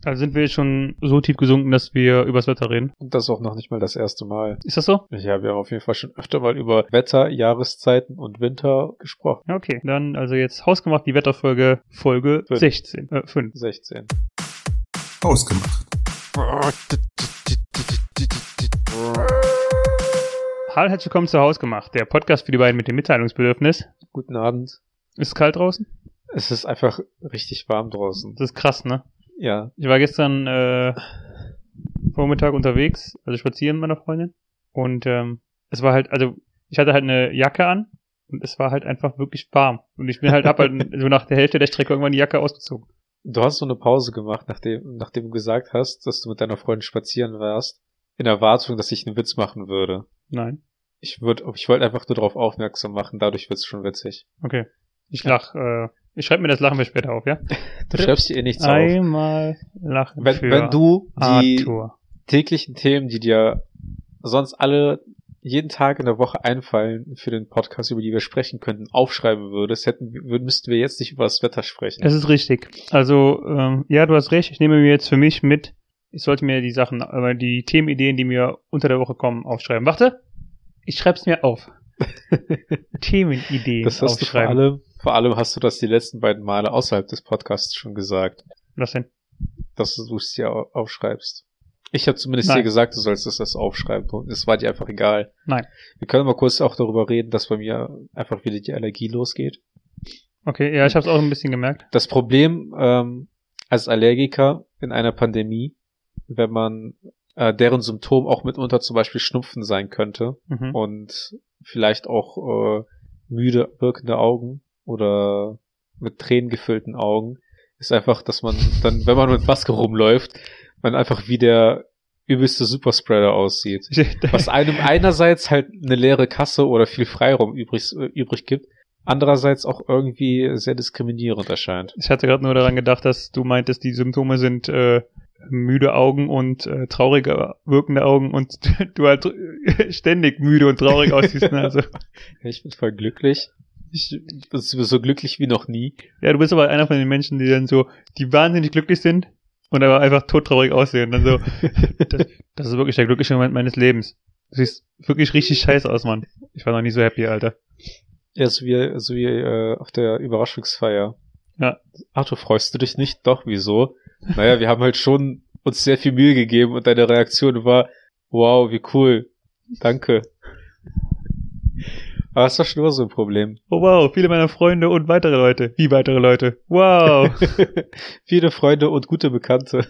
Also sind wir jetzt schon so tief gesunken, dass wir übers Wetter reden? Und das auch noch nicht mal das erste Mal. Ist das so? Ja, wir haben auf jeden Fall schon öfter mal über Wetter, Jahreszeiten und Winter gesprochen. Okay, dann also jetzt hausgemacht die Wetterfolge, Folge 5. 5. 16. Hausgemacht. Hallo, herzlich willkommen zu Hausgemacht, der Podcast für die beiden mit dem Mitteilungsbedürfnis. Guten Abend. Ist es kalt draußen? Es ist einfach richtig warm draußen. Das ist krass, ne? Ja. Ich war gestern Vormittag unterwegs, also spazieren mit meiner Freundin. Und es war halt, also ich hatte halt eine Jacke an und es war halt einfach wirklich warm. Und ich bin halt, hab halt so nach der Hälfte der Strecke irgendwann die Jacke ausgezogen. Du hast so eine Pause gemacht, nachdem du gesagt hast, dass du mit deiner Freundin spazieren warst, in Erwartung, dass ich einen Witz machen würde. Nein. Ich wollte einfach nur darauf aufmerksam machen, dadurch wird's schon witzig. Okay. Ich schreibe mir das Lachen für später auf, ja? Du schreibst dir nichts auf. Einmal lachen Wenn du die Arthur. täglichen Themen, die dir sonst alle jeden Tag in der Woche einfallen für den Podcast, über die wir sprechen könnten, aufschreiben würdest, müssten wir jetzt nicht über das Wetter sprechen. Es ist richtig. Also, ja, du hast recht. Ich nehme mir jetzt für mich mit, ich sollte mir die Themenideen, die mir unter der Woche kommen, aufschreiben. Warte, ich schreib's mir auf. Themenideen Das hast aufschreiben. du vor allem hast du das die letzten beiden Male außerhalb des Podcasts schon gesagt. Was denn? Dass du es dir aufschreibst. Ich habe zumindest Nein. dir gesagt, du sollst das aufschreiben. Und es war dir einfach egal. Nein. Wir können mal kurz auch darüber reden, dass bei mir einfach wieder die Allergie losgeht. Okay, ja, ich habe es auch ein bisschen gemerkt. Das Problem als Allergiker in einer Pandemie, wenn man deren Symptom auch mitunter zum Beispiel Schnupfen sein könnte und vielleicht auch müde wirkende Augen oder mit Tränen gefüllten Augen, ist einfach, dass man dann, wenn man mit Maske rumläuft, man einfach wie der übelste Superspreader aussieht. Was einem einerseits halt eine leere Kasse oder viel Freiraum übrig gibt, andererseits auch irgendwie sehr diskriminierend erscheint. Ich hatte gerade nur daran gedacht, dass du meintest, die Symptome sind müde Augen und traurige wirkende Augen und du halt ständig müde und traurig aussiehst. Ne? Also. Ich bin voll glücklich. Ich bin so glücklich wie noch nie. Ja, du bist aber einer von den Menschen, die dann so, die wahnsinnig glücklich sind und aber einfach todtraurig aussehen. Und dann so, das ist wirklich der glückliche Moment meines Lebens. Du siehst wirklich richtig scheiße aus, Mann. Ich war noch nie so happy, Alter. Ja, so wie auf der Überraschungsfeier. Ja. Arthur, freust du dich nicht? Doch, wieso? Naja, wir haben halt schon uns sehr viel Mühe gegeben und deine Reaktion war, wow, wie cool. Danke. Aber das war schon immer so ein Problem. Oh wow, viele meiner Freunde und weitere Leute. Wie weitere Leute? Wow. Viele Freunde und gute Bekannte.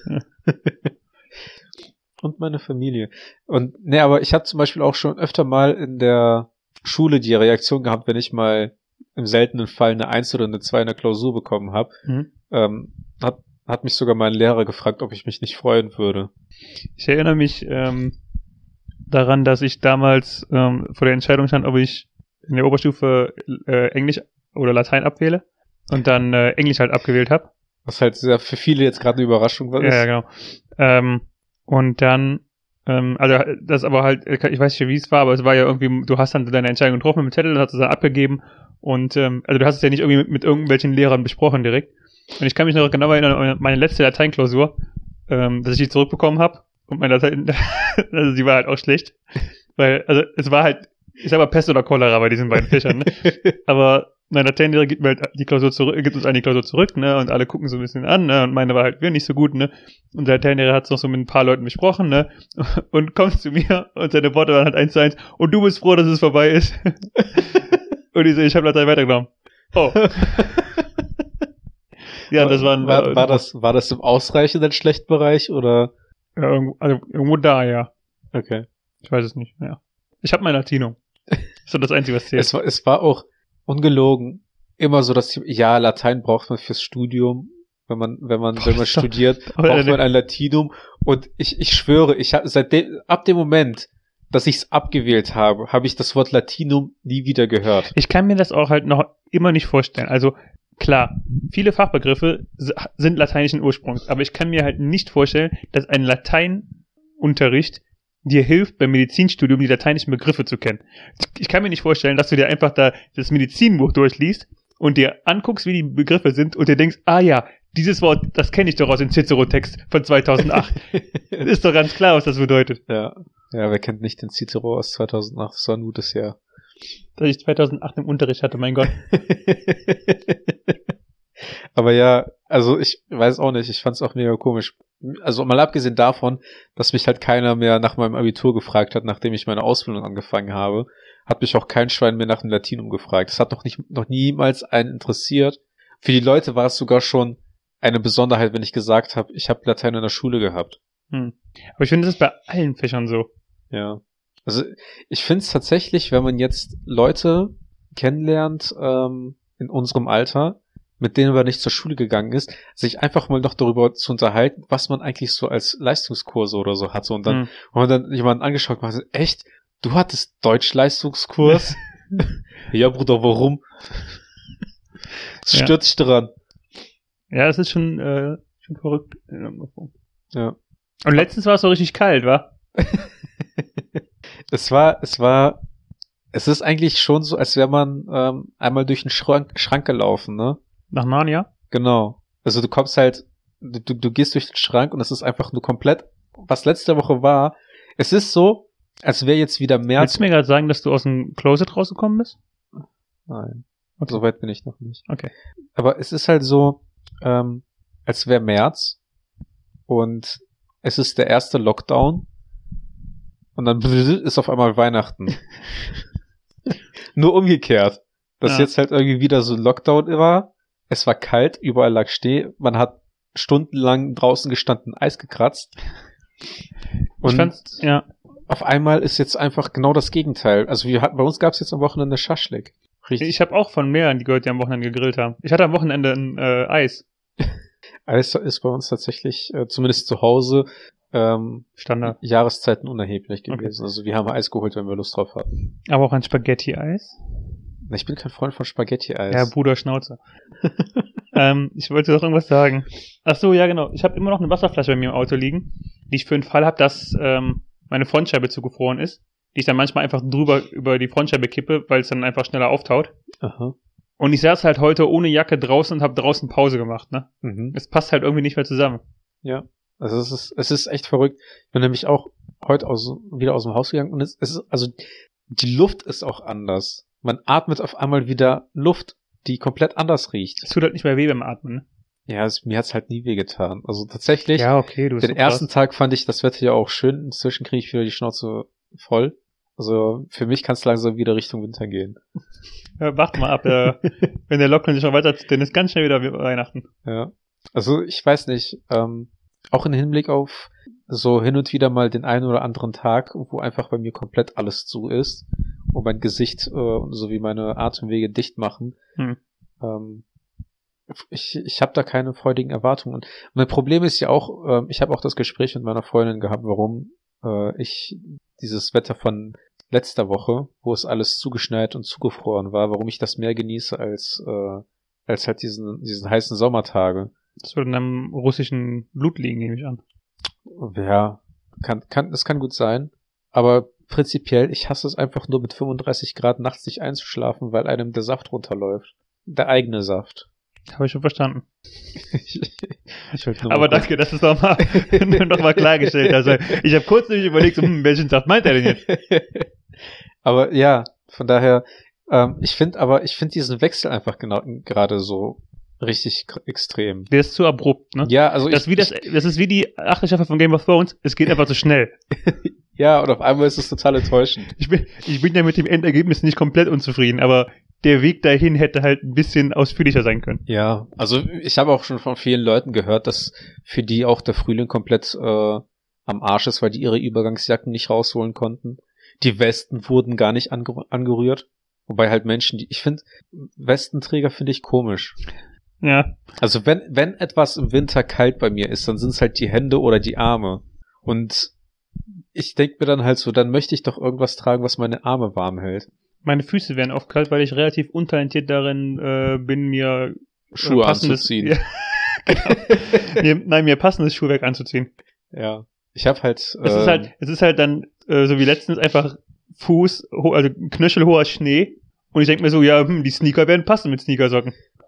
Und meine Familie. Und ne, aber ich habe zum Beispiel auch schon öfter mal in der Schule die Reaktion gehabt, wenn ich mal im seltenen Fall eine 1 oder eine 2 in der Klausur bekommen habe. Hat mich sogar mein Lehrer gefragt, ob ich mich nicht freuen würde. Ich erinnere mich daran, dass ich damals vor der Entscheidung stand, ob ich in der Oberstufe Englisch oder Latein abwähle und dann Englisch halt abgewählt habe. Was halt sehr für viele jetzt gerade eine Überraschung war. Ja, genau. Und dann, also das aber halt, ich weiß nicht, wie es war, aber es war ja irgendwie, du hast dann deine Entscheidung getroffen mit dem Zettel, hast es dann abgegeben und also du hast es ja nicht irgendwie mit irgendwelchen Lehrern besprochen direkt. Und ich kann mich noch genau erinnern an meine letzte Lateinklausur, dass ich die zurückbekommen habe und meine Latein, also die war halt auch schlecht, weil, also es war halt, ich sag mal Pest oder Cholera bei diesen beiden Fächern, ne? Aber mein Lateinlehrer gibt mir halt die Klausur zurück, gibt uns eine Klausur zurück, ne? Und alle gucken so ein bisschen an, ne? Und meine war halt nicht so gut, ne? Und der Lateinlehrer hat es noch so mit ein paar Leuten besprochen, ne? Und kommt zu mir und seine Worte waren halt 1:1 und du bist froh, dass es vorbei ist. Und ich habe Latein weitergenommen. Oh. Ja, das waren war das im ausreichenden Schlechtbereich oder? Ja, irgendwo da, ja. Okay. Ich weiß es nicht, ja. Ich habe mein Latinum. Das ist doch das Einzige, was zählt. Es war auch ungelogen immer so, dass Latein braucht man fürs Studium. Wenn man studiert, braucht man ein Latinum. Und ich schwöre, ab dem Moment, dass ich es abgewählt habe, habe ich das Wort Latinum nie wieder gehört. Ich kann mir das auch halt noch immer nicht vorstellen. Also klar, viele Fachbegriffe sind lateinischen Ursprungs, aber ich kann mir halt nicht vorstellen, dass ein Lateinunterricht dir hilft, beim Medizinstudium die lateinischen Begriffe zu kennen. Ich kann mir nicht vorstellen, dass du dir einfach da das Medizinbuch durchliest und dir anguckst, wie die Begriffe sind und dir denkst, ah ja, dieses Wort, das kenne ich doch aus dem Cicero-Text von 2008. Ist doch ganz klar, was das bedeutet. Ja, wer kennt nicht den Cicero aus 2008? Das war ein gutes Jahr. Dass ich 2008 im Unterricht hatte, mein Gott. Aber ja, also ich weiß auch nicht, ich fand's auch mega komisch. Also mal abgesehen davon, dass mich halt keiner mehr nach meinem Abitur gefragt hat, nachdem ich meine Ausbildung angefangen habe, hat mich auch kein Schwein mehr nach dem Latinum gefragt. Das hat noch niemals einen interessiert. Für die Leute war es sogar schon eine Besonderheit, wenn ich gesagt habe, ich habe Latein in der Schule gehabt. Aber ich finde, das ist bei allen Fächern so. Ja. Also ich finde es tatsächlich, wenn man jetzt Leute kennenlernt in unserem Alter, mit denen man nicht zur Schule gegangen ist, sich einfach mal noch darüber zu unterhalten, was man eigentlich so als Leistungskurse oder so hatte. Und dann, wenn man dann jemanden angeschaut hat, echt, du hattest Deutsch-Leistungskurs? Ja, Bruder, warum? Das stört dich daran. Ja, das ist schon verrückt. Ja. Und letztens war es so richtig kalt, wa? Es ist eigentlich schon so, als wäre man einmal durch den Schrank gelaufen, ne? Nach Narnia? Genau. Also du kommst halt, du gehst durch den Schrank und es ist einfach nur komplett, was letzte Woche war. Es ist so, als wäre jetzt wieder März. Willst du mir gerade sagen, dass du aus dem Closet rausgekommen bist? Nein. Okay. So weit bin ich noch nicht. Okay. Aber es ist halt so, als wäre März und es ist der erste Lockdown und dann ist auf einmal Weihnachten. Nur umgekehrt. Dass jetzt halt irgendwie wieder so ein Lockdown war. Es war kalt, überall lag Schnee. Man hat stundenlang draußen gestanden, Eis gekratzt. Und auf einmal ist jetzt einfach genau das Gegenteil. Also bei uns gab es jetzt am Wochenende Schaschlik. Richtig. Ich habe auch von mehreren gehört, die am Wochenende gegrillt haben. Ich hatte am Wochenende ein Eis. Eis ist bei uns tatsächlich, zumindest zu Hause, Standard. Jahreszeiten unerheblich gewesen. Okay. Also wir haben Eis geholt, wenn wir Lust drauf hatten. Aber auch ein Spaghetti-Eis? Ich bin kein Freund von Spaghetti-Eis. Ja, Bruder Schnauze. Ich wollte doch irgendwas sagen. Ach so, ja genau. Ich habe immer noch eine Wasserflasche bei mir im Auto liegen, die ich für den Fall habe, dass meine Frontscheibe zugefroren ist, die ich dann manchmal einfach über die Frontscheibe kippe, weil es dann einfach schneller auftaut. Aha. Und ich saß halt heute ohne Jacke draußen und habe draußen Pause gemacht, ne? Es passt halt irgendwie nicht mehr zusammen. Ja, also es ist echt verrückt. Ich bin nämlich auch heute wieder aus dem Haus gegangen und es ist, also die Luft ist auch anders. Man atmet auf einmal wieder Luft, die komplett anders riecht. Es tut halt nicht mehr weh beim Atmen, ne? Ja, mir hat's halt nie wehgetan. Also tatsächlich, ja, okay, du bist den ersten Tag fand ich das Wetter ja auch schön. Inzwischen kriege ich wieder die Schnauze voll. Also für mich kann es langsam wieder Richtung Winter gehen. Ja, wart mal ab, wenn der Lockdown sich noch weiterzieht, dann ist ganz schnell wieder Weihnachten. Ja, also ich weiß nicht, auch im Hinblick auf so hin und wieder mal den einen oder anderen Tag, wo einfach bei mir komplett alles zu ist und mein Gesicht sowie meine Atemwege dicht machen. Ich habe da keine freudigen Erwartungen. Und mein Problem ist ja auch, ich habe auch das Gespräch mit meiner Freundin gehabt, warum ich dieses Wetter von letzter Woche, wo es alles zugeschneit und zugefroren war, warum ich das mehr genieße als halt diesen heißen Sommertage. Das würde in einem russischen Blut liegen, nehme ich an. Ja, das kann gut sein. Aber prinzipiell, ich hasse es einfach nur mit 35 Grad nachts nicht einzuschlafen, weil einem der Saft runterläuft. Der eigene Saft. Habe ich schon verstanden. Aber danke, dass du es nochmal klargestellt hast. Also, ich habe kurz nämlich überlegt, welchen Saft meint er denn jetzt? Aber ja, von daher, ich finde diesen Wechsel einfach gerade so richtig extrem. Der ist zu abrupt, ne? Ja, also das ist wie die 8. Staffel von Game of Thrones, es geht einfach zu schnell. Ja, und auf einmal ist es total enttäuschend. Ich bin ja mit dem Endergebnis nicht komplett unzufrieden, aber der Weg dahin hätte halt ein bisschen ausführlicher sein können. Ja, also ich habe auch schon von vielen Leuten gehört, dass für die auch der Frühling komplett am Arsch ist, weil die ihre Übergangsjacken nicht rausholen konnten. Die Westen wurden gar nicht angerührt. Wobei halt Menschen, ich finde, Westenträger finde ich komisch. Ja. Also wenn etwas im Winter kalt bei mir ist, dann sind es halt die Hände oder die Arme. Und ich denke mir dann halt so, dann möchte ich doch irgendwas tragen, was meine Arme warm hält. Meine Füße werden oft kalt, weil ich relativ untalentiert darin bin, mir Schuhe anzuziehen. Ja, mir passendes Schuhwerk anzuziehen. Ja. Ich habe halt... Es ist halt dann, so wie letztens, einfach Fuß, also knöchelhoher Schnee. Und ich denke mir so, ja, die Sneaker werden passen mit Sneakersocken.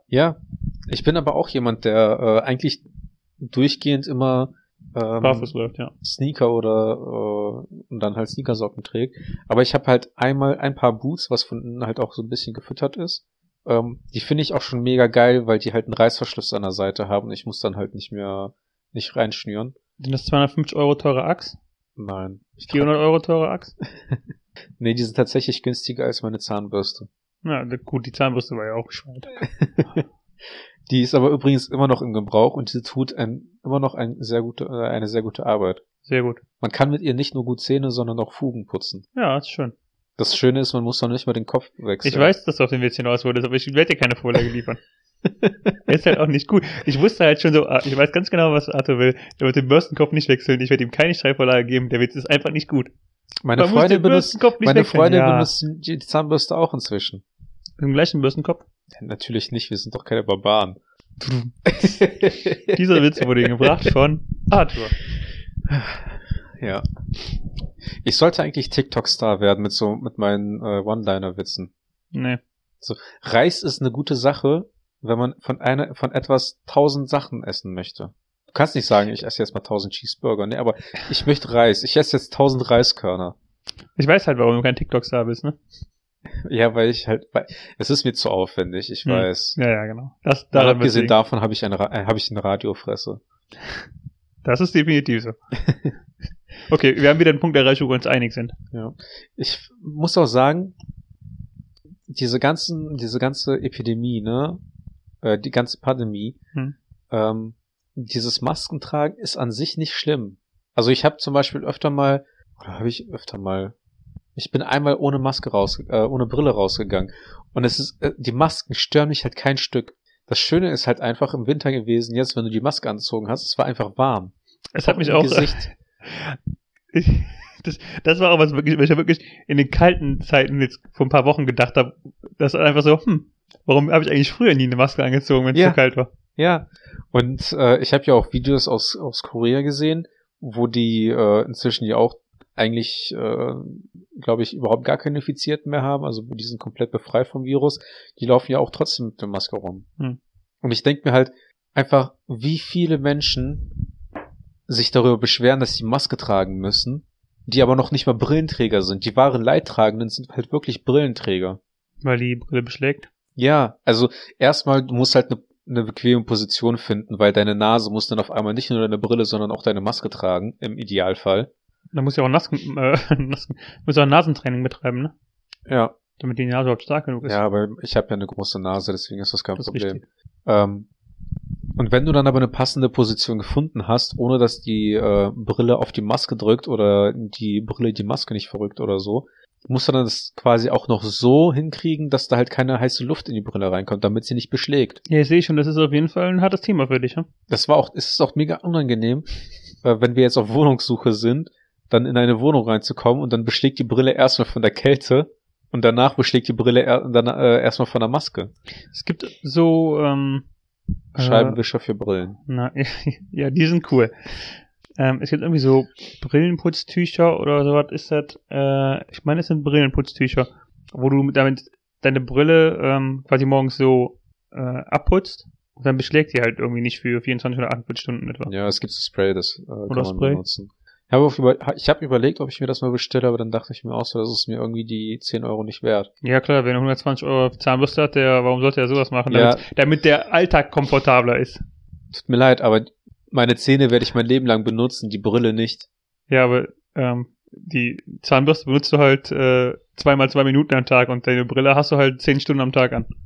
Ja, ich bin aber auch jemand, der eigentlich durchgehend immer barfuß läuft, ja. Sneaker oder und dann halt Sneakersocken trägt. Aber ich habe halt einmal ein paar Boots, was von innen halt auch so ein bisschen gefüttert ist. Die finde ich auch schon mega geil, weil die halt einen Reißverschluss an der Seite haben und ich muss dann halt nicht reinschnüren. Sind das 250 € teure Axt? Nein. 400 € teure Axt? Nee, die sind tatsächlich günstiger als meine Zahnbürste. Ja, gut, die Zahnbürste war ja auch geschweißt. Die ist aber übrigens immer noch im Gebrauch und sie tut immer noch eine sehr gute Arbeit. Sehr gut. Man kann mit ihr nicht nur gut Zähne, sondern auch Fugen putzen. Ja, ist schön. Das Schöne ist, man muss noch nicht mal den Kopf wechseln. Ich weiß, dass du auf den Witz hinaus wolltest, aber ich werde dir keine Vorlage liefern. Ist halt auch nicht gut. Ich wusste halt schon so, ich weiß ganz genau, was Arthur will. Er wird den Bürstenkopf nicht wechseln, ich werde ihm keine Schreibvorlage geben, der Witz ist einfach nicht gut. Meine Freundin benutzt die Zahnbürste auch inzwischen. Mit dem gleichen Bürstenkopf? Ja, natürlich nicht, wir sind doch keine Barbaren. Dieser Witz wurde gebracht von Arthur. Ja. Ich sollte eigentlich TikTok-Star werden mit meinen One-Liner-Witzen. Nee. So, Reis ist eine gute Sache, wenn man von etwas 1000 Sachen essen möchte. Du kannst nicht sagen, ich esse jetzt mal 1000 Cheeseburger, ne, aber ich möchte Reis. Ich esse jetzt 1000 Reiskörner. Ich weiß halt, warum du kein TikTok-Star bist, ne? Ja, weil es ist mir zu aufwendig, ich weiß. Ja, genau. Abgesehen davon habe ich eine Radiofresse. Das ist definitiv so. Okay, wir haben wieder einen Punkt erreicht, wo wir uns einig sind. Ja. Ich muss auch sagen, diese ganze Epidemie, ne, die ganze Pandemie, dieses Maskentragen ist an sich nicht schlimm. Also ich habe zum Beispiel ich bin einmal ohne Maske ohne Brille rausgegangen. Und die Masken stören mich halt kein Stück. Das Schöne ist halt einfach im Winter gewesen, jetzt, wenn du die Maske angezogen hast, es war einfach warm. Es hat mich auch Gesicht. Das war auch was wirklich, weil ich ja wirklich in den kalten Zeiten jetzt vor ein paar Wochen gedacht habe, das war einfach so, warum habe ich eigentlich früher nie eine Maske angezogen, wenn es so kalt war? Ja. Und ich habe ja auch Videos aus Korea gesehen, wo die inzwischen ja auch eigentlich, glaube ich, überhaupt gar keine Infizierten mehr haben, also die sind komplett befreit vom Virus, die laufen ja auch trotzdem mit der Maske rum. Und ich denke mir halt einfach, wie viele Menschen sich darüber beschweren, dass sie Maske tragen müssen, die aber noch nicht mal Brillenträger sind. Die wahren Leidtragenden sind halt wirklich Brillenträger. Weil die Brille beschlägt? Ja, also erstmal, du musst halt eine bequeme Position finden, weil deine Nase muss dann auf einmal nicht nur deine Brille, sondern auch deine Maske tragen, im Idealfall. Da muss ja auch ein Nasentraining betreiben, ne? Ja. Damit die Nase überhaupt stark genug ist. Ja, aber ich habe ja eine große Nase, deswegen ist das kein Problem. Und wenn du dann aber eine passende Position gefunden hast, ohne dass die Brille auf die Maske drückt oder die Brille die Maske nicht verrückt oder so, musst du dann das quasi auch noch so hinkriegen, dass da halt keine heiße Luft in die Brille reinkommt, damit sie nicht beschlägt. Ja, ich sehe schon, das ist auf jeden Fall ein hartes Thema für dich, ne? Es ist auch mega unangenehm, wenn wir jetzt auf Wohnungssuche sind, dann in eine Wohnung reinzukommen und dann beschlägt die Brille erstmal von der Kälte und danach beschlägt die Brille erstmal von der Maske. Es gibt so Scheibenwischer für Brillen. Ja, die sind cool. Es gibt irgendwie so Brillenputztücher oder sowas ist das. Ich meine, es sind Brillenputztücher, wo du damit deine Brille quasi morgens so abputzt und dann beschlägt die halt irgendwie nicht für 24 oder 48 Stunden etwa. Ja, es gibt so Spray, das kann man Spray benutzen. Ich habe überlegt, ob ich mir das mal bestelle, aber dann dachte ich mir auch so, das ist mir irgendwie die 10 € nicht wert. Ja klar, wenn er 120 € Zahnbürste hat, warum sollte er sowas machen? Damit der Alltag komfortabler ist. Tut mir leid, aber meine Zähne werde ich mein Leben lang benutzen, die Brille nicht. Ja, aber die Zahnbürste benutzt du halt 2x2 Minuten am Tag und deine Brille hast du halt 10 Stunden am Tag an.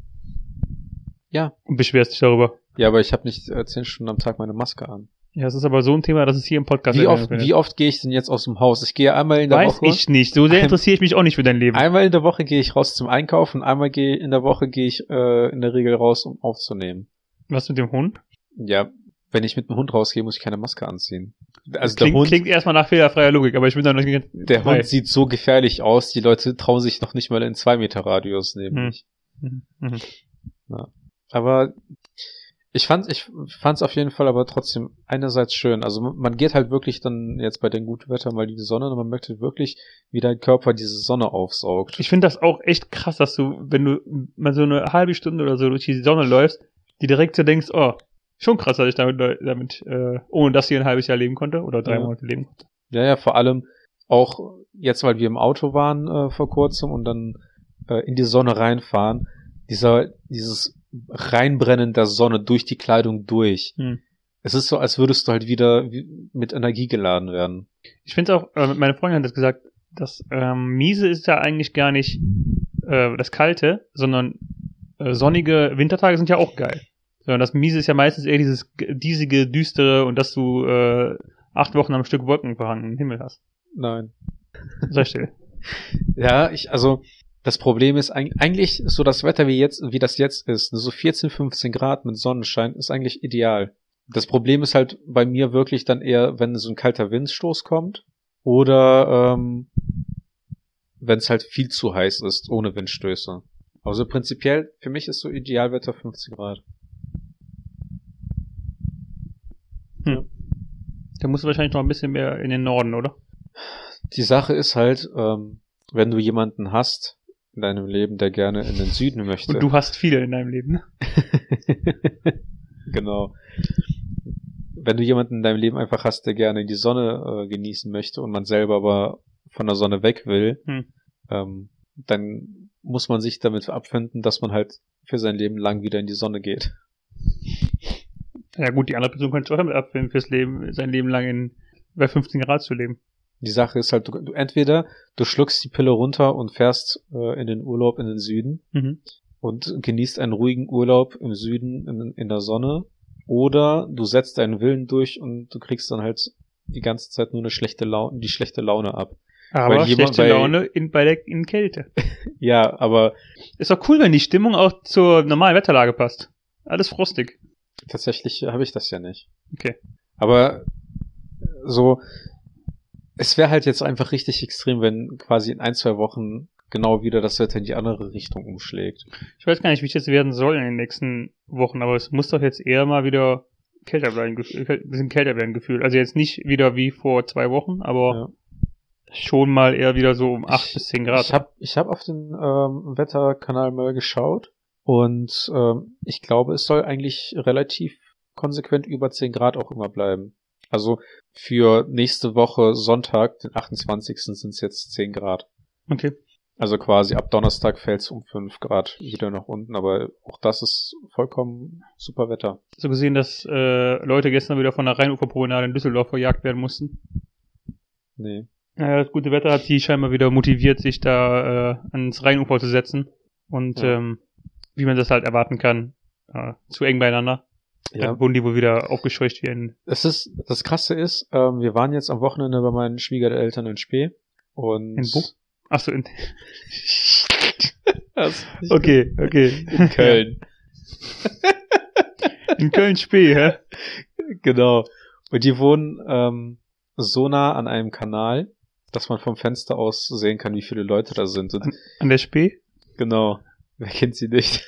Ja. Und beschwerst dich darüber. Ja, aber ich habe nicht 10 Stunden am Tag meine Maske an. Ja, das ist aber so ein Thema, das ist hier im Podcast. Wie oft gehe ich denn jetzt aus dem Haus? Ich gehe einmal in der Woche. Weiß ich nicht. So sehr interessiere ich mich auch nicht für dein Leben. Einmal in der Woche gehe ich raus zum Einkaufen, einmal in der Woche gehe ich in der Regel raus, um aufzunehmen. Was mit dem Hund? Ja, wenn ich mit dem Hund rausgehe, muss ich keine Maske anziehen. Also klingt erstmal nach fehlerfreier Logik, aber ich bin da noch nicht. Der Hund sieht so gefährlich aus, die Leute trauen sich noch nicht mal in 2 Meter Radius neben mich. Ja. Aber Ich fand's auf jeden Fall aber trotzdem einerseits schön. Also man geht halt wirklich dann jetzt bei dem guten Wetter mal in die Sonne und man möchte wirklich, wie dein Körper diese Sonne aufsaugt. Ich finde das auch echt krass, dass du, wenn du mal so eine halbe Stunde oder so durch die Sonne läufst, die direkt so denkst, oh, schon krass, dass ich damit ohne dass ich ein halbes Jahr leben konnte oder 3 Monate leben konnte. Ja, vor allem auch jetzt, weil wir im Auto waren vor kurzem und dann in die Sonne reinfahren, dieses Reinbrennen der Sonne durch die Kleidung durch. Es ist so, als würdest du halt wieder mit Energie geladen werden. Ich finde es auch, meine Freundin hat das gesagt, das Miese ist ja eigentlich gar nicht das Kalte, sondern sonnige Wintertage sind ja auch geil. Sondern das Miese ist ja meistens eher dieses diesige, düstere und dass du 8 Wochen am Stück wolkenverhangenen Himmel hast. Nein. Sei still. Ja, also das Problem ist eigentlich so das Wetter wie das jetzt ist, so 14, 15 Grad mit Sonnenschein ist eigentlich ideal. Das Problem ist halt bei mir wirklich dann eher, wenn so ein kalter Windstoß kommt oder wenn es halt viel zu heiß ist, ohne Windstöße. Also prinzipiell, für mich ist so Idealwetter 15 Grad. Ja. Da musst du wahrscheinlich noch ein bisschen mehr in den Norden, oder? Die Sache ist halt, wenn du jemanden hast in deinem Leben, der gerne in den Süden möchte. Und du hast viele in deinem Leben, ne? Genau. Wenn du jemanden in deinem Leben einfach hast, der gerne die Sonne genießen möchte und man selber aber von der Sonne weg will, dann muss man sich damit abfinden, dass man halt für sein Leben lang wieder in die Sonne geht. Ja gut, die andere Person könnte sich auch damit abfinden, sein Leben lang bei 15 Grad zu leben. Die Sache ist halt, du entweder du schluckst die Pille runter und fährst in den Urlaub in den Süden und genießt einen ruhigen Urlaub im Süden in der Sonne, oder du setzt deinen Willen durch und du kriegst dann halt die ganze Zeit nur die schlechte Laune ab. Aber schlechte Laune in Kälte. Ja, aber ist doch cool, wenn die Stimmung auch zur normalen Wetterlage passt. Alles frostig. Tatsächlich habe ich das ja nicht. Okay. Aber so, es wäre halt jetzt einfach richtig extrem, wenn quasi in 1-2 Wochen genau wieder das Wetter in die andere Richtung umschlägt. Ich weiß gar nicht, wie es jetzt werden soll in den nächsten Wochen, aber es muss doch jetzt eher mal wieder ein bisschen kälter werden gefühlt. Also jetzt nicht wieder wie vor 2 Wochen, aber schon mal eher wieder so um 8 bis 10 Grad. Ich hab auf den Wetterkanal mal geschaut und ich glaube, es soll eigentlich relativ konsequent über 10 Grad auch immer bleiben. Also für nächste Woche Sonntag, den 28. sind es jetzt 10 Grad. Okay. Also quasi ab Donnerstag fällt es um 5 Grad wieder nach unten, aber auch das ist vollkommen super Wetter. So gesehen, dass Leute gestern wieder von der Rheinuferpromenade in Düsseldorf verjagt werden mussten? Nee. Das gute Wetter hat die scheinbar wieder motiviert, sich da ans Rheinufer zu setzen. Und wie man das halt erwarten kann, zu eng beieinander. Ja. Wurden die wohl wieder aufgescheucht wie ein... Das Krasse ist, wir waren jetzt am Wochenende bei meinen Schwiegereltern in Spee. Und in Bo? Achso, in... Okay. In Köln. In Köln-Spee, hä? Genau. Und die wohnen so nah an einem Kanal, dass man vom Fenster aus sehen kann, wie viele Leute da sind. Und an der Spee? Genau. Wer kennt sie nicht?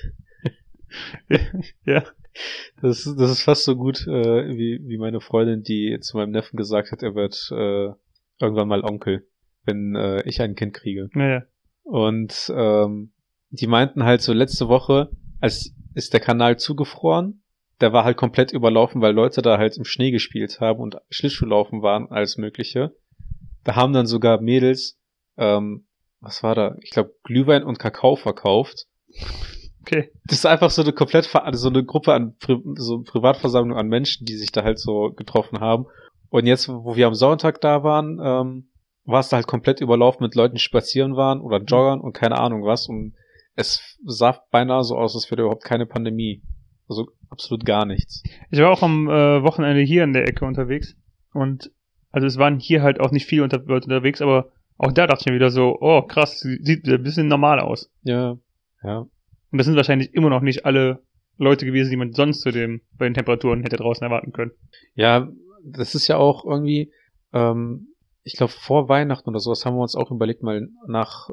Ja. Das ist fast so gut wie meine Freundin, die zu meinem Neffen gesagt hat, er wird irgendwann mal Onkel, wenn ich ein Kind kriege. Naja. Und die meinten halt so, letzte Woche, als ist der Kanal zugefroren, der war halt komplett überlaufen, weil Leute da halt im Schnee gespielt haben und Schlittschuhlaufen waren, alles Mögliche. Da haben dann sogar Mädels, was war da? Ich glaube, Glühwein und Kakao verkauft. Okay. Das ist einfach so eine Gruppe an so Privatversammlung an Menschen, die sich da halt so getroffen haben. Und jetzt, wo wir am Sonntag da waren, war es da halt komplett überlaufen mit Leuten, die spazieren waren oder Joggern und keine Ahnung was. Und es sah beinahe so aus, als wäre überhaupt keine Pandemie. Also absolut gar nichts. Ich war auch am Wochenende hier in der Ecke unterwegs. Und also es waren hier halt auch nicht viele Leute unterwegs, aber auch da dachte ich mir wieder so, oh krass, sieht ein bisschen normal aus. Ja. Und das sind wahrscheinlich immer noch nicht alle Leute gewesen, die man sonst bei den Temperaturen hätte draußen erwarten können. Ja, das ist ja auch irgendwie, ich glaube vor Weihnachten oder sowas haben wir uns auch überlegt, mal nach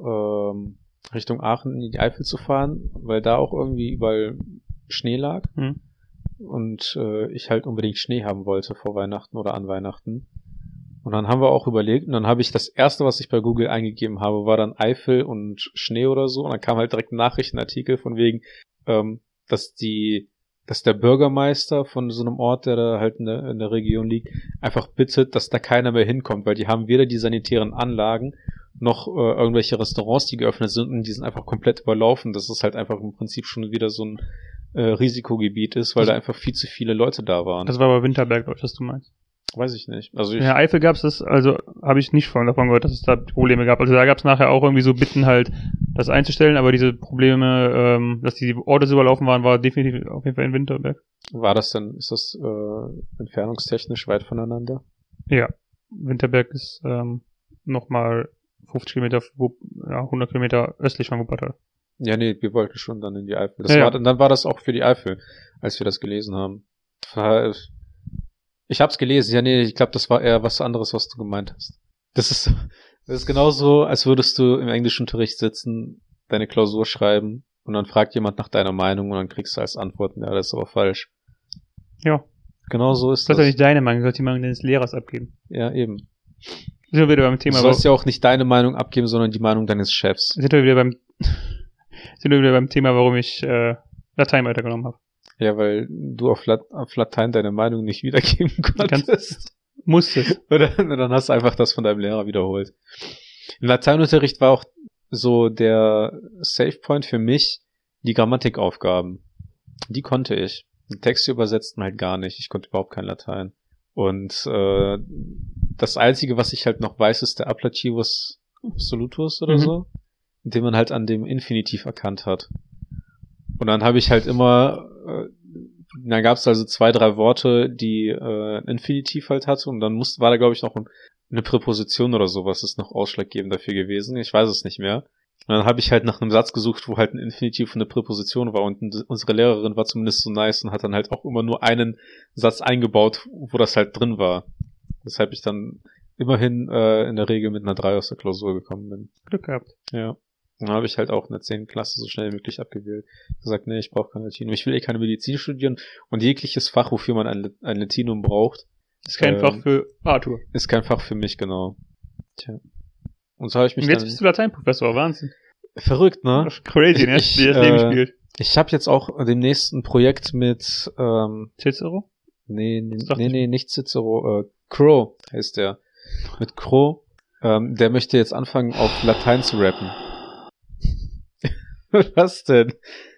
Richtung Aachen in die Eifel zu fahren, weil da auch irgendwie überall Schnee lag. und ich halt unbedingt Schnee haben wollte vor Weihnachten oder an Weihnachten. Und dann haben wir auch überlegt und dann habe ich das erste, was ich bei Google eingegeben habe, war dann Eifel und Schnee oder so. Und dann kam halt direkt ein Nachrichtenartikel von wegen, dass der Bürgermeister von so einem Ort, der da halt in der Region liegt, einfach bittet, dass da keiner mehr hinkommt, weil die haben weder die sanitären Anlagen noch irgendwelche Restaurants, die geöffnet sind, und die sind einfach komplett überlaufen. Das ist halt einfach im Prinzip schon wieder so ein Risikogebiet ist, weil da einfach viel zu viele Leute da waren. Das war bei Winterberg, glaube ich, was du meinst. Weiß ich nicht. Also in der Eifel gab's das, also habe ich nicht davon gehört, dass es da Probleme gab. Also da gab's nachher auch irgendwie so Bitten halt, das einzustellen, aber diese Probleme, dass die Orte so überlaufen waren, war definitiv auf jeden Fall in Winterberg. Ist das entfernungstechnisch weit voneinander? Ja. Winterberg ist nochmal 50 Kilometer, 100 Kilometer östlich von Wuppertal. Ja, nee, wir wollten schon dann in die Eifel. Dann war das auch für die Eifel, als wir das gelesen haben. Ich hab's gelesen, ja, nee, ich glaube, das war eher was anderes, was du gemeint hast. Das ist genauso, als würdest du im Englischunterricht sitzen, deine Klausur schreiben und dann fragt jemand nach deiner Meinung und dann kriegst du als Antwort, ja, das ist aber falsch. Ja. Genau so ist das. Das ist ja nicht deine Meinung, du sollst die Meinung deines Lehrers abgeben. Ja, eben. Sind wir wieder beim Thema. Du sollst ja auch nicht deine Meinung abgeben, sondern die Meinung deines Chefs. Sind wir wieder beim Thema, warum ich Latein weitergenommen habe. Ja, weil du auf Latein deine Meinung nicht wiedergeben konntest. Musstest. Oder dann hast du einfach das von deinem Lehrer wiederholt. Im Lateinunterricht war auch so der Safe-Point für mich die Grammatikaufgaben. Die konnte ich. Die Texte übersetzten halt gar nicht. Ich konnte überhaupt kein Latein. Und das Einzige, was ich halt noch weiß, ist der Ablativus Absolutus oder so, den man halt an dem Infinitiv erkannt hat. Und dann habe ich halt immer, dann gab es also 2, 3 Worte, die ein Infinitiv halt hatte und dann war da glaube ich noch eine Präposition oder sowas, ist noch ausschlaggebend dafür gewesen. Ich weiß es nicht mehr. Und dann habe ich halt nach einem Satz gesucht, wo halt ein Infinitiv und eine Präposition war und unsere Lehrerin war zumindest so nice und hat dann halt auch immer nur einen Satz eingebaut, wo das halt drin war. Weshalb ich dann immerhin in der Regel mit einer 3 aus der Klausur gekommen bin. Glück gehabt. Ja. Und dann habe ich halt auch in der 10. Klasse so schnell wie möglich abgewählt. Gesagt, nee, ich brauche kein Latinum. Ich will keine Medizin studieren und jegliches Fach, wofür man ein Latinum braucht. Ist kein Fach für Arthur. Ist kein Fach für mich, genau. Tja. Und so habe ich mich und jetzt bist du Lateinprofessor, Wahnsinn. Verrückt, ne? Das ist crazy, ne? Wie das Leben spielt. Ich habe jetzt auch demnächst ein Projekt mit Cicero? Nee, nicht Cicero. Crow heißt der. Mit Crow. Der möchte jetzt anfangen, auf Latein zu rappen. Was denn?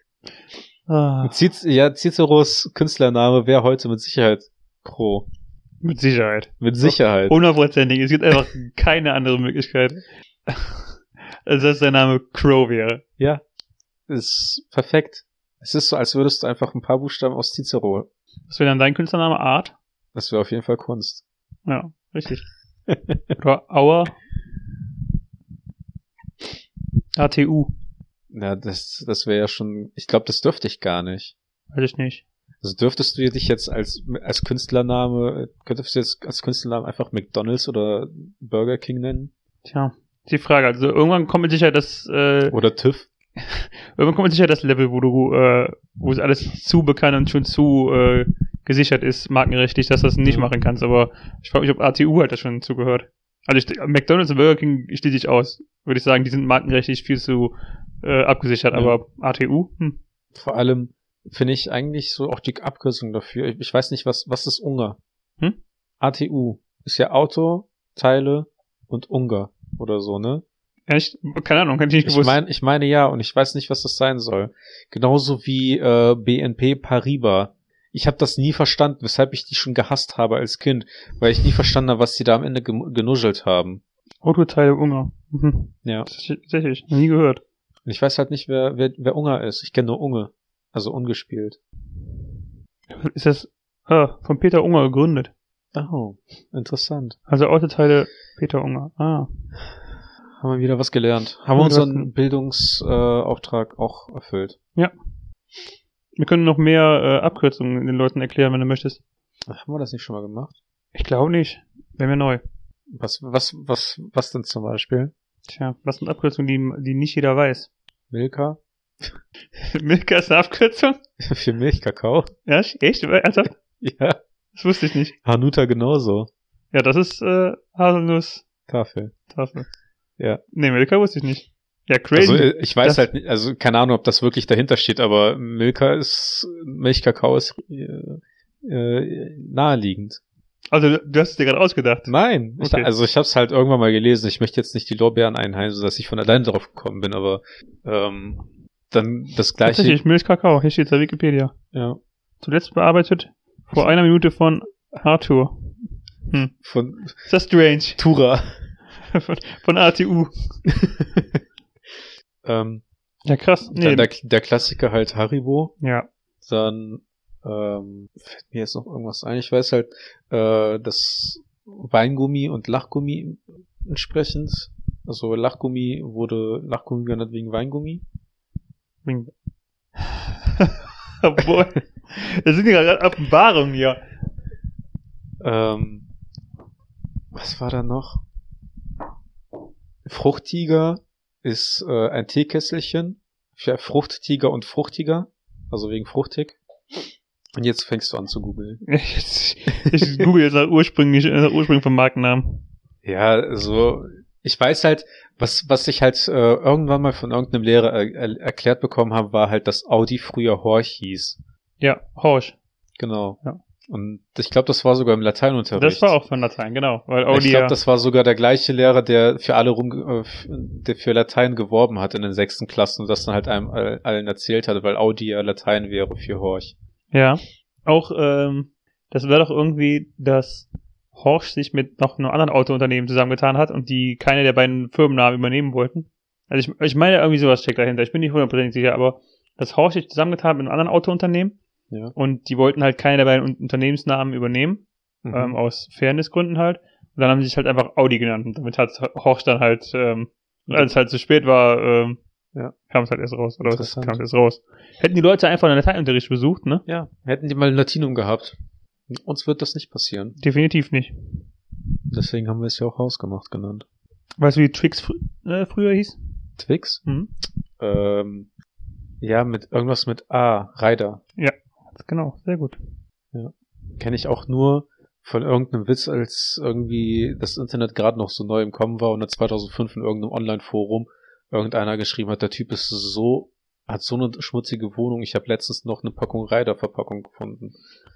Ciceros Künstlername wäre heute mit Sicherheit Crow. Mit Sicherheit. Mit Sicherheit. 100%. Es gibt einfach keine andere Möglichkeit, als dass der Name Crow wäre. Ja. Ist perfekt. Es ist so, als würdest du einfach ein paar Buchstaben aus Cicero. Was wäre dann dein Künstlername? Art? Das wäre auf jeden Fall Kunst. Ja, richtig. Oder Auer? ATU. Ja, das wäre ja schon, ich glaube, das dürfte ich gar nicht. Weiß ich nicht. Also dürftest du dich jetzt als Künstlername, könntest du jetzt als Künstlername einfach McDonald's oder Burger King nennen? Tja, die Frage, also irgendwann kommt mit Sicherheit das, oder TÜV. Irgendwann kommt mit Sicherheit das Level, wo es alles zu bekannt und schon zu, gesichert ist, markenrechtlich, dass du das nicht machen kannst, aber ich frage mich, ob ATU halt das schon zugehört. Also McDonald's und Burger King schließe ich aus. Würde ich sagen, die sind markenrechtlich viel zu abgesichert, aber ATU? Vor allem finde ich eigentlich so auch die Abkürzung dafür. Ich weiß nicht, was ist Ungar? ATU ist ja Auto, Teile und Ungar oder so, ne? Echt? Keine Ahnung, kann ich nicht gewusst. Ich meine ja, und ich weiß nicht, was das sein soll. Genauso wie BNP Paribas. Ich habe das nie verstanden, weshalb ich die schon gehasst habe als Kind, weil ich nie verstanden habe, was die da am Ende genuschelt haben. Autoteile Ungar. Ja. Tatsächlich, nie gehört. Und ich weiß halt nicht, wer Ungar ist. Ich kenne nur Unge. Also ungespielt. Ist das von Peter Unger gegründet? Oh, interessant. Also Autoteile Peter Unger. Haben wir wieder was gelernt. Haben wir unseren Bildungsauftrag auch erfüllt. Ja. Wir können noch mehr Abkürzungen den Leuten erklären, wenn du möchtest. Haben wir das nicht schon mal gemacht? Ich glaube nicht. Wären wir neu. Was denn zum Beispiel? Tja, was sind Abkürzungen, die nicht jeder weiß? Milka? Milka ist eine Abkürzung? Für Milchkakao. Ja, echt? Ernsthaft? Ja. Das wusste ich nicht. Hanuta genauso. Ja, das ist Haselnuss. Tafel. Ja. Nee, Milka wusste ich nicht. Ja, crazy. Also ich weiß halt nicht, also keine Ahnung, ob das wirklich dahinter steht, aber Milchkakao ist naheliegend. Also du hast es dir gerade ausgedacht? Nein, Okay. ich habe es halt irgendwann mal gelesen. Ich möchte jetzt nicht die Lorbeeren einheimsen, dass ich von allein drauf gekommen bin, aber dann das gleiche. Tatsächlich, Milchkakao. Hier steht es auf Wikipedia. Ja. Zuletzt bearbeitet vor einer Minute von Arthur. Von Ist das strange? Tura. von ATU. Ja, krass. Nee. Dann der Klassiker halt Haribo. Ja. Dann fällt mir jetzt noch irgendwas ein. Ich weiß halt, dass Weingummi und Lachgummi entsprechend. Also Lachgummi genannt wegen Weingummi. Obwohl, das sind ja gerade Offenbarungen hier. Was war da noch? Fruchtiger ist ein Teekesselchen für Fruchttiger und Fruchtiger, also wegen fruchtig. Und jetzt fängst du an zu googeln. Ich google jetzt nach Ursprung vom Markennamen. Ja, also ich weiß halt, was ich halt irgendwann mal von irgendeinem Lehrer erklärt bekommen habe, war halt, dass Audi früher Horch hieß. Ja, Horch. Genau. Ja. Und ich glaube, das war sogar im Lateinunterricht. Das war auch von Latein, genau. Weil Audi ich glaube, das war sogar der gleiche Lehrer, der für alle der für Latein geworben hat in den 6. Klassen und das dann halt einem allen erzählt hatte, weil Audi ja Latein wäre für Horch. Ja. Auch, das war doch irgendwie, dass Horch sich mit noch einem anderen Autounternehmen zusammengetan hat und die keine der beiden Firmennamen übernehmen wollten. Also ich meine, irgendwie sowas steckt dahinter. Ich bin nicht 100% sicher, aber dass Horch sich zusammengetan hat mit einem anderen Autounternehmen. Ja. Und die wollten halt keine der beiden Unternehmensnamen übernehmen, aus Fairnessgründen halt. Und dann haben sie sich halt einfach Audi genannt. Und damit hat Horch dann halt, als es halt zu spät war, kam es halt erst raus. Oder was kam es erst raus. Hätten die Leute einfach einen Lateinunterricht besucht, ne? Ja, hätten die mal ein Latinum gehabt. Uns wird das nicht passieren. Definitiv nicht. Deswegen haben wir es ja auch Hausgemacht genannt. Weißt du, wie Twix früher hieß? Twix? Mhm. Ja, mit irgendwas mit A. Ryder. Ja, genau, sehr gut. Ja. Kenne ich auch nur von irgendeinem Witz, als irgendwie das Internet gerade noch so neu im Kommen war und dann 2005 in irgendeinem Online-Forum irgendeiner geschrieben hat, der Typ ist hat so eine schmutzige Wohnung, ich habe letztens noch eine Packung Ryder-Verpackung gefunden.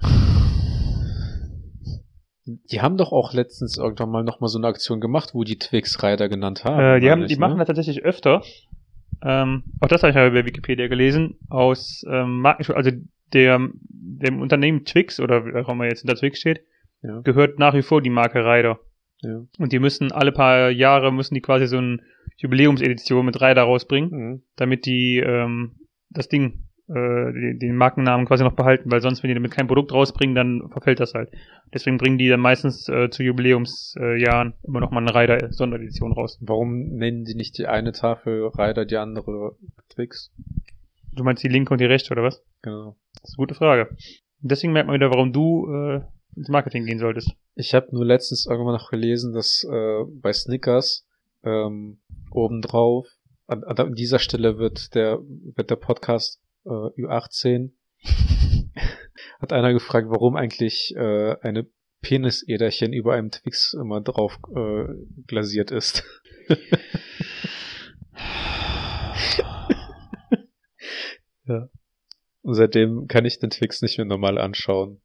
Die haben doch auch letztens irgendwann mal nochmal so eine Aktion gemacht, wo die Twix Ryder genannt haben. Die machen das tatsächlich öfter. Auch das habe ich ja bei Wikipedia gelesen, aus Markenschutz, also dem Unternehmen Twix, oder wie auch immer jetzt hinter Twix steht, gehört nach wie vor die Marke Ryder. Ja. Und die müssen alle paar Jahre quasi so eine Jubiläumsedition mit Ryder rausbringen, damit die das Ding, den Markennamen quasi noch behalten, weil sonst, wenn die damit kein Produkt rausbringen, dann verfällt das halt. Deswegen bringen die dann meistens zu Jubiläumsjahren immer noch mal eine Ryder-Sonderedition raus. Warum nennen die nicht die eine Tafel Ryder, die andere Twix? Du meinst die linke und die rechte, oder was? Genau. Das ist eine gute Frage. Und deswegen merkt man wieder, warum du ins Marketing gehen solltest. Ich habe nur letztens irgendwann noch gelesen, dass bei Snickers obendrauf, an dieser Stelle wird der Podcast Ü18, hat einer gefragt, warum eigentlich eine Penisäderchen über einem Twix immer drauf glasiert ist. Ja. Und seitdem kann ich den Twix nicht mehr normal anschauen.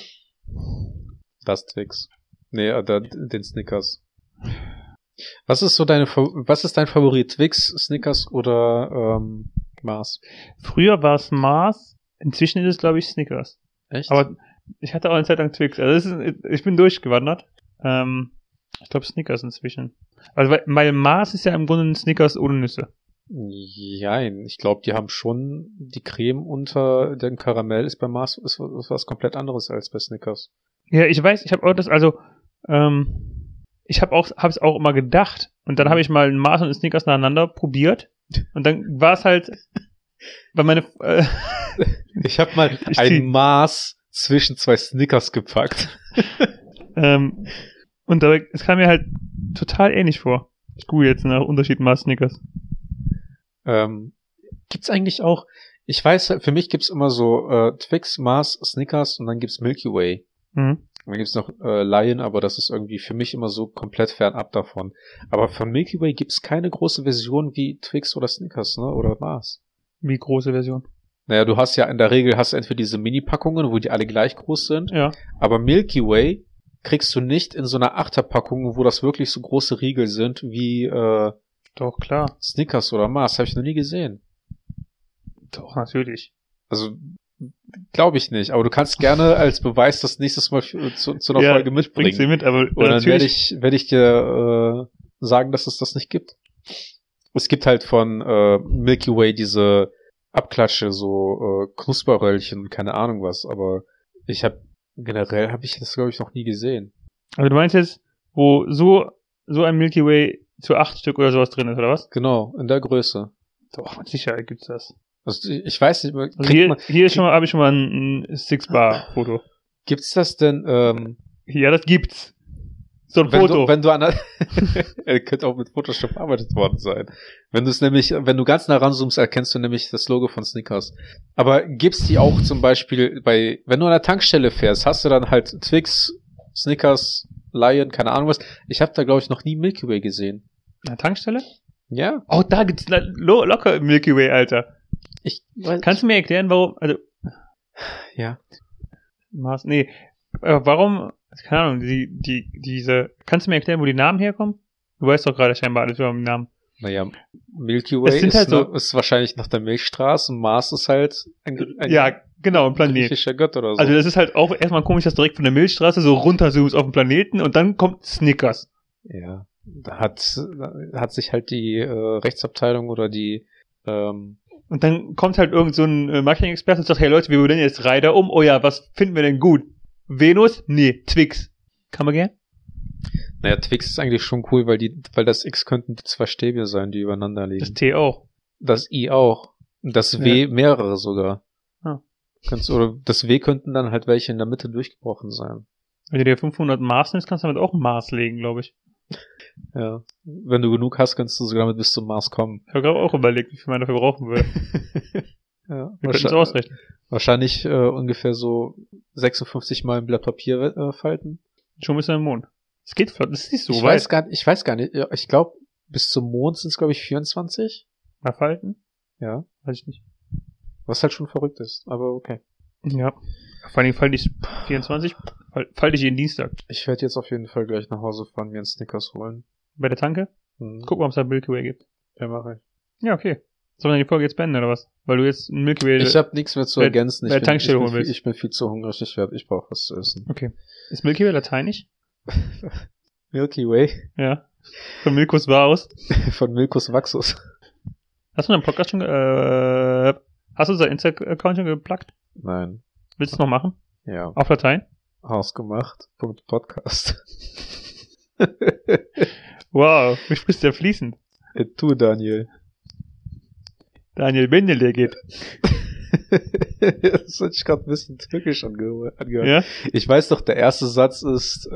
Das Twix. Nee, den Snickers. Was ist dein Favorit? Twix, Snickers oder Mars? Früher war es Mars, inzwischen ist es, glaube ich, Snickers. Echt? Aber ich hatte auch eine Zeit lang Twix. Also ich bin durchgewandert. Ich glaube Snickers inzwischen. Also weil Mars ist ja im Grunde ein Snickers ohne Nüsse. Nein, ich glaube, die haben schon die Creme unter dem Karamell ist bei Mars ist was komplett anderes als bei Snickers. Ja, ich weiß, ich habe auch das, also ich hab's auch immer gedacht und dann habe ich mal ein Mars und ein Snickers nacheinander probiert und dann war es halt, weil meine ich habe mal ein Mars zwischen zwei Snickers gepackt. Und es kam mir halt total ähnlich vor. Ich google jetzt nach Unterschied Mars Snickers. Gibt's eigentlich auch, ich weiß, für mich gibt's immer so Twix, Mars, Snickers und dann gibt's Milky Way. Mhm. Dann gibt's noch Lion, aber das ist irgendwie für mich immer so komplett fernab davon. Aber von Milky Way gibt's keine große Version wie Twix oder Snickers, ne? Oder Mars. Wie große Version? Naja, du hast ja in der Regel entweder diese Mini-Packungen, wo die alle gleich groß sind. Ja. Aber Milky Way kriegst du nicht in so einer 8er-Packung, wo das wirklich so große Riegel sind wie Doch, klar. Snickers oder Mars. Habe ich noch nie gesehen. Doch, natürlich. Also, glaube ich nicht. Aber du kannst gerne als Beweis das nächstes Mal zu einer Folge mitbringen. Bring sie mit, aber und dann werde ich dir sagen, dass es das nicht gibt. Es gibt halt von Milky Way diese Abklatsche, so Knusperröllchen, keine Ahnung was. Aber generell habe ich das, glaube ich, noch nie gesehen. Also du meinst jetzt, wo so ein Milky Way zu 8 Stück oder sowas drin ist, oder was? Genau, in der Größe. Doch, mit Sicherheit gibt's das. Also ich weiß nicht, Also hier habe ich schon mal ein Six-Bar-Foto. Gibt's das denn? Ja, das gibt's. So ein Foto. Wenn du könnte auch mit Photoshop bearbeitet worden sein. Wenn du ganz nah ranzoomst, erkennst du nämlich das Logo von Snickers. Aber gibt's die auch zum Beispiel wenn du an der Tankstelle fährst, hast du dann halt Twix, Snickers, Lion, keine Ahnung was. Ich habe da, glaube ich, noch nie Milky Way gesehen. An der Tankstelle? Ja. Oh, da gibt's locker Milky Way, Alter. Kannst du mir erklären, warum, also. Ja. Warum, keine Ahnung, kannst du mir erklären, wo die Namen herkommen? Du weißt doch gerade scheinbar alles über den Namen. Naja, Milky Way ist wahrscheinlich nach der Milchstraße und Mars ist halt ein Planet. Griechischer Gott oder so. Also das ist halt auch erstmal komisch, dass direkt von der Milchstraße so runterzoomst auf den Planeten und dann kommt Snickers. Ja, da hat sich halt die Rechtsabteilung oder die und dann kommt halt irgend so ein Marketing-Experte und sagt, hey Leute, wir benennen jetzt Rider um. Oh ja, was finden wir denn gut? Venus? Nee, Twix. Kann man gern? Naja, Twix ist eigentlich schon cool, weil das X könnten die 2 Stäbe sein, die übereinander liegen. Das T auch. Das I auch. Das W mehrere sogar. Ah. Oder das W könnten dann halt welche in der Mitte durchgebrochen sein. Wenn du dir 500 Mars nimmst, kannst du damit auch ein Mars legen, glaube ich. Ja. Wenn du genug hast, kannst du sogar damit bis zum Mars kommen. Ich habe gerade auch überlegt, wie viel man dafür brauchen würde. Ja. Wir könnten es ausrechnen. Wahrscheinlich ungefähr so 56 Mal ein Blatt Papier falten. Schon bis zum Mond. Es geht flott, das ist nicht so ich weit. Weiß gar nicht. Ja, ich glaube, bis zum Mond sind es, glaube ich, 24. Mal falten? Ja. Weiß ich nicht. Was halt schon verrückt ist, aber okay. Ja. Vor allem falte ich 24, falte ich jeden Dienstag. Ich werde jetzt auf jeden Fall gleich nach Hause fahren, mir einen Snickers holen. Bei der Tanke? Guck mal, ob es da Milky Way gibt. Ja, mache ich. Ja, okay. Sollen wir die Folge jetzt beenden, oder was? Weil du jetzt ein Milky Way... Ich habe nichts mehr zu ergänzen. Ich bin viel zu hungrig. Ich brauche was zu essen. Okay. Ist Milky Way lateinisch? Milky Way? Ja. Von Milkus Varus? Von Milkus Vaxus. Hast du deinen Podcast schon... hast du unser Insta-Account schon gepluggt? Nein. Willst du es noch machen? Ja. Auf Latein? Ausgemacht.podcast. Wow, wie sprichst du ja fließend? Du, Daniel. Daniel Bendelé geht. Das hat sich gerade ein bisschen türkisch angehört. Ja? Ich weiß doch, der erste Satz ist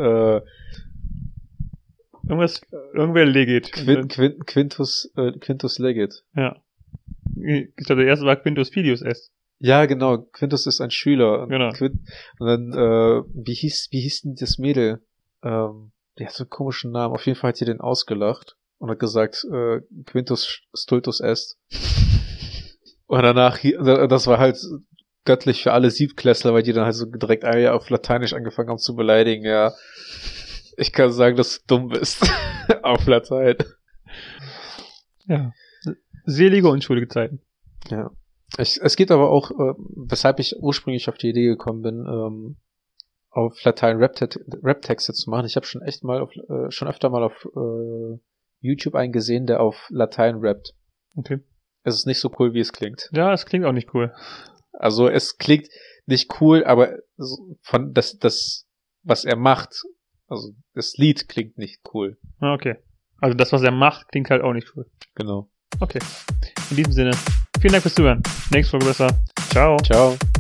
irgendwer legit. Quintus legit. Ja. Ich glaube, der erste war Quintus Filius est. Ja, genau. Quintus ist ein Schüler. Genau. Und dann, wie hieß denn das Mädel? Die hat so einen komischen Namen. Auf jeden Fall hat sie den ausgelacht und hat gesagt, Quintus stultus est. Und danach, das war halt göttlich für alle Siebtklässler, weil die dann halt so direkt auf Lateinisch angefangen haben zu beleidigen, ja. Ich kann sagen, dass du dumm bist. Auf Latein. Ja. Selige unschuldige Zeiten. Ja. Es gibt aber auch, weshalb ich ursprünglich auf die Idee gekommen bin, auf Latein Rap-Texte zu machen. Ich habe schon öfter mal auf YouTube einen gesehen, der auf Latein rappt. Okay. Es ist nicht so cool, wie es klingt. Ja, es klingt auch nicht cool. Also es klingt nicht cool, aber von das was er macht, also das Lied klingt nicht cool. Ah, okay. Also das, was er macht, klingt halt auch nicht cool. Genau. Okay. In diesem Sinne, vielen Dank fürs Zuhören. Nächste Folge besser. Ciao. Ciao.